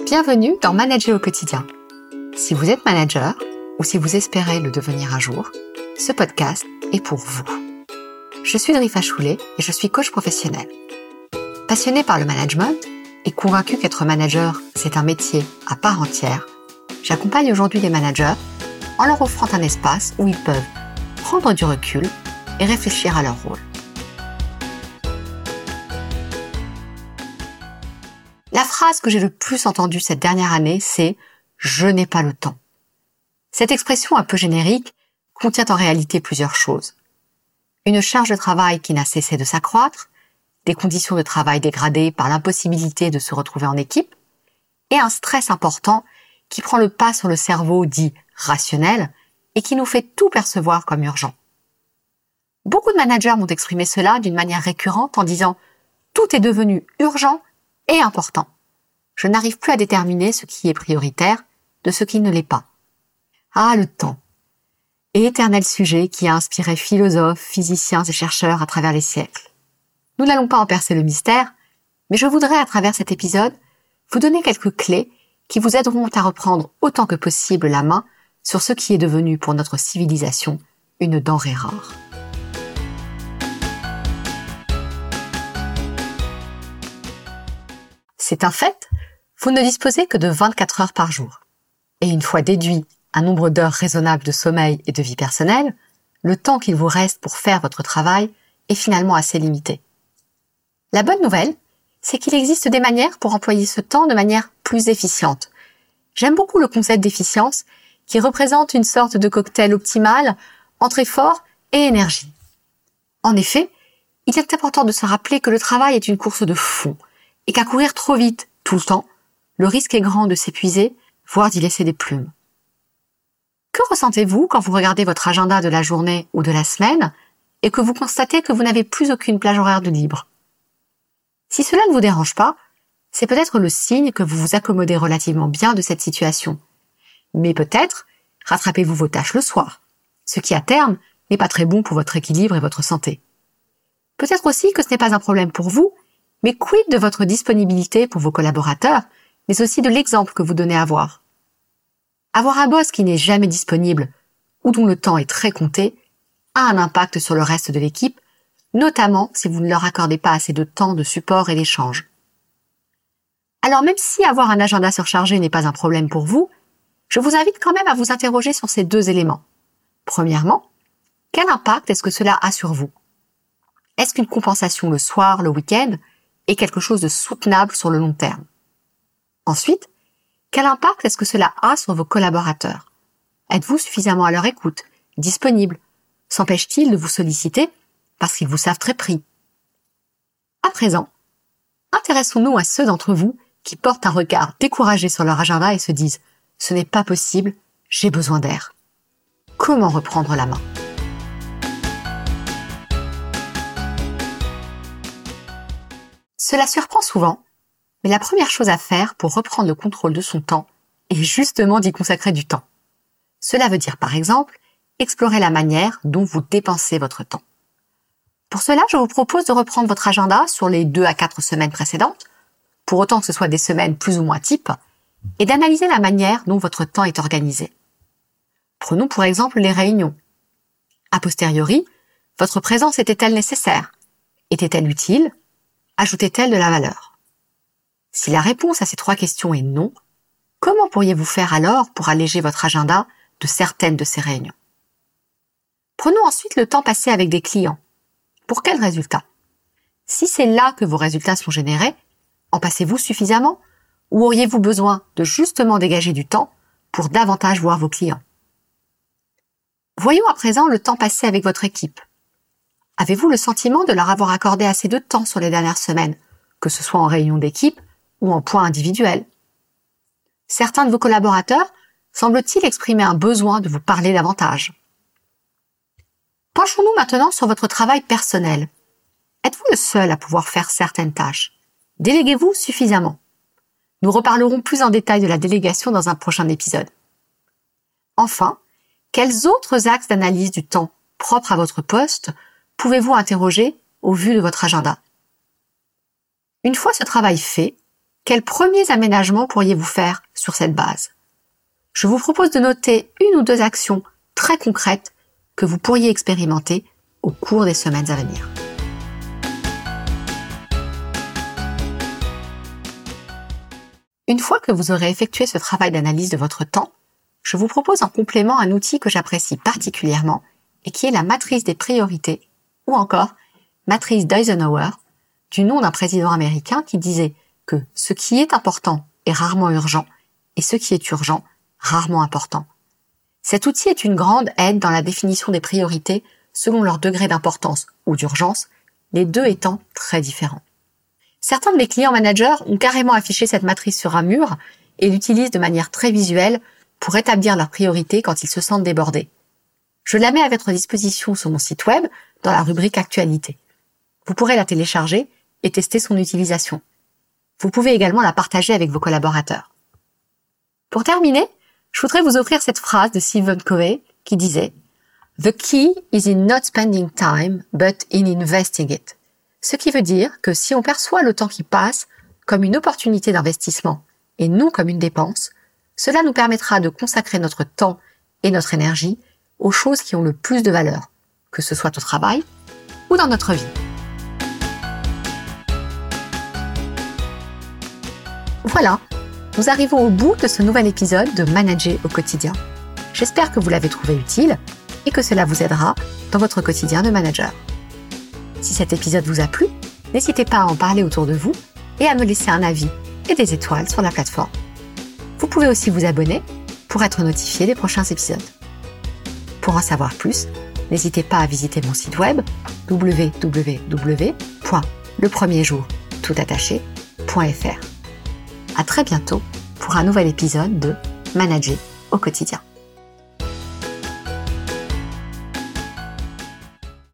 Bienvenue dans Manager au quotidien. Si vous êtes manager ou si vous espérez le devenir un jour, ce podcast est pour vous. Je suis Drifa Choulet et je suis coach professionnel. Passionnée par le management et convaincue qu'être manager, c'est un métier à part entière, j'accompagne aujourd'hui les managers en leur offrant un espace où ils peuvent prendre du recul et réfléchir à leur rôle. La phrase que j'ai le plus entendue cette dernière année, c'est « je n'ai pas le temps ». Cette expression un peu générique contient en réalité plusieurs choses. Une charge de travail qui n'a cessé de s'accroître, des conditions de travail dégradées par l'impossibilité de se retrouver en équipe, et un stress important qui prend le pas sur le cerveau dit rationnel et qui nous fait tout percevoir comme urgent. Beaucoup de managers m'ont exprimé cela d'une manière récurrente en disant « tout est devenu urgent et important. Je n'arrive plus à déterminer ce qui est prioritaire de ce qui ne l'est pas. » Ah, le temps. Éternel sujet qui a inspiré philosophes, physiciens et chercheurs à travers les siècles. Nous n'allons pas en percer le mystère, mais je voudrais, à travers cet épisode, vous donner quelques clés qui vous aideront à reprendre autant que possible la main sur ce qui est devenu pour notre civilisation une denrée rare. C'est un fait, vous ne disposez que de 24 heures par jour. Et une fois déduit un nombre d'heures raisonnable de sommeil et de vie personnelle, le temps qu'il vous reste pour faire votre travail est finalement assez limité. La bonne nouvelle, c'est qu'il existe des manières pour employer ce temps de manière plus efficiente. J'aime beaucoup le concept d'efficience qui représente une sorte de cocktail optimal entre effort et énergie. En effet, il est important de se rappeler que le travail est une course de fond et qu'à courir trop vite, tout le temps, le risque est grand de s'épuiser, voire d'y laisser des plumes. Que ressentez-vous quand vous regardez votre agenda de la journée ou de la semaine et que vous constatez que vous n'avez plus aucune plage horaire de libre? Si cela ne vous dérange pas, c'est peut-être le signe que vous vous accommodez relativement bien de cette situation. Mais peut-être rattrapez-vous vos tâches le soir, ce qui à terme n'est pas très bon pour votre équilibre et votre santé. Peut-être aussi que ce n'est pas un problème pour vous, mais quid de votre disponibilité pour vos collaborateurs, mais aussi de l'exemple que vous donnez à voir. Avoir un boss qui n'est jamais disponible ou dont le temps est très compté a un impact sur le reste de l'équipe, notamment si vous ne leur accordez pas assez de temps de support et d'échange. Alors même si avoir un agenda surchargé n'est pas un problème pour vous, je vous invite quand même à vous interroger sur ces deux éléments. Premièrement, quel impact est-ce que cela a sur vous? Est-ce qu'une compensation le soir, le week-end, est quelque chose de soutenable sur le long terme? Ensuite, quel impact est-ce que cela a sur vos collaborateurs? Êtes-vous suffisamment à leur écoute, disponible? S'empêchent-ils de vous solliciter parce qu'ils vous savent très pris? À présent, intéressons-nous à ceux d'entre vous qui portent un regard découragé sur leur agenda et se disent « ce n'est pas possible, j'ai besoin d'air ». Comment reprendre la main? Cela surprend souvent, mais la première chose à faire pour reprendre le contrôle de son temps est justement d'y consacrer du temps. Cela veut dire par exemple explorer la manière dont vous dépensez votre temps. Pour cela, je vous propose de reprendre votre agenda sur les 2 à 4 semaines précédentes, pour autant que ce soit des semaines plus ou moins types, et d'analyser la manière dont votre temps est organisé. Prenons pour exemple les réunions. A posteriori, votre présence était-elle nécessaire? Était-elle utile? Ajoutait-elle de la valeur? Si la réponse à ces 3 questions est non, comment pourriez-vous faire alors pour alléger votre agenda de certaines de ces réunions? Prenons ensuite le temps passé avec des clients. Pour quels résultats? Si c'est là que vos résultats sont générés, en passez-vous suffisamment ou auriez-vous besoin de justement dégager du temps pour davantage voir vos clients? Voyons à présent le temps passé avec votre équipe. Avez-vous le sentiment de leur avoir accordé assez de temps sur les dernières semaines, que ce soit en réunion d'équipe ou en point individuel? Certains de vos collaborateurs semblent-ils exprimer un besoin de vous parler davantage? Penchons-nous maintenant sur votre travail personnel. Êtes-vous le seul à pouvoir faire certaines tâches? Déléguez-vous suffisamment? Nous reparlerons plus en détail de la délégation dans un prochain épisode. Enfin, quels autres axes d'analyse du temps propres à votre poste pouvez-vous interroger au vu de votre agenda? Une fois ce travail fait, Quels premiers aménagements pourriez-vous faire sur cette base? Je vous propose de noter 1 ou 2 actions très concrètes que vous pourriez expérimenter au cours des semaines à venir. Une fois que vous aurez effectué ce travail d'analyse de votre temps, je vous propose en complément un outil que j'apprécie particulièrement et qui est la matrice des priorités, ou encore matrice d'Eisenhower, du nom d'un président américain qui disait que ce qui est important est rarement urgent et ce qui est urgent, rarement important. Cet outil est une grande aide dans la définition des priorités selon leur degré d'importance ou d'urgence, les deux étant très différents. Certains de mes clients managers ont carrément affiché cette matrice sur un mur et l'utilisent de manière très visuelle pour établir leurs priorités quand ils se sentent débordés. Je la mets à votre disposition sur mon site web dans la rubrique Actualité. Vous pourrez la télécharger et tester son utilisation. Vous pouvez également la partager avec vos collaborateurs. Pour terminer, je voudrais vous offrir cette phrase de Stephen Covey qui disait « The key is in not spending time, but in investing it ». Ce qui veut dire que si on perçoit le temps qui passe comme une opportunité d'investissement et non comme une dépense, cela nous permettra de consacrer notre temps et notre énergie aux choses qui ont le plus de valeur, que ce soit au travail ou dans notre vie. Voilà, nous arrivons au bout de ce nouvel épisode de Manager au quotidien. J'espère que vous l'avez trouvé utile et que cela vous aidera dans votre quotidien de manager. Si cet épisode vous a plu, n'hésitez pas à en parler autour de vous et à me laisser un avis et des étoiles sur la plateforme. Vous pouvez aussi vous abonner pour être notifié des prochains épisodes. Pour en savoir plus, n'hésitez pas à visiter mon site web www.lepremierjour.fr. À très bientôt pour un nouvel épisode de Manager au quotidien.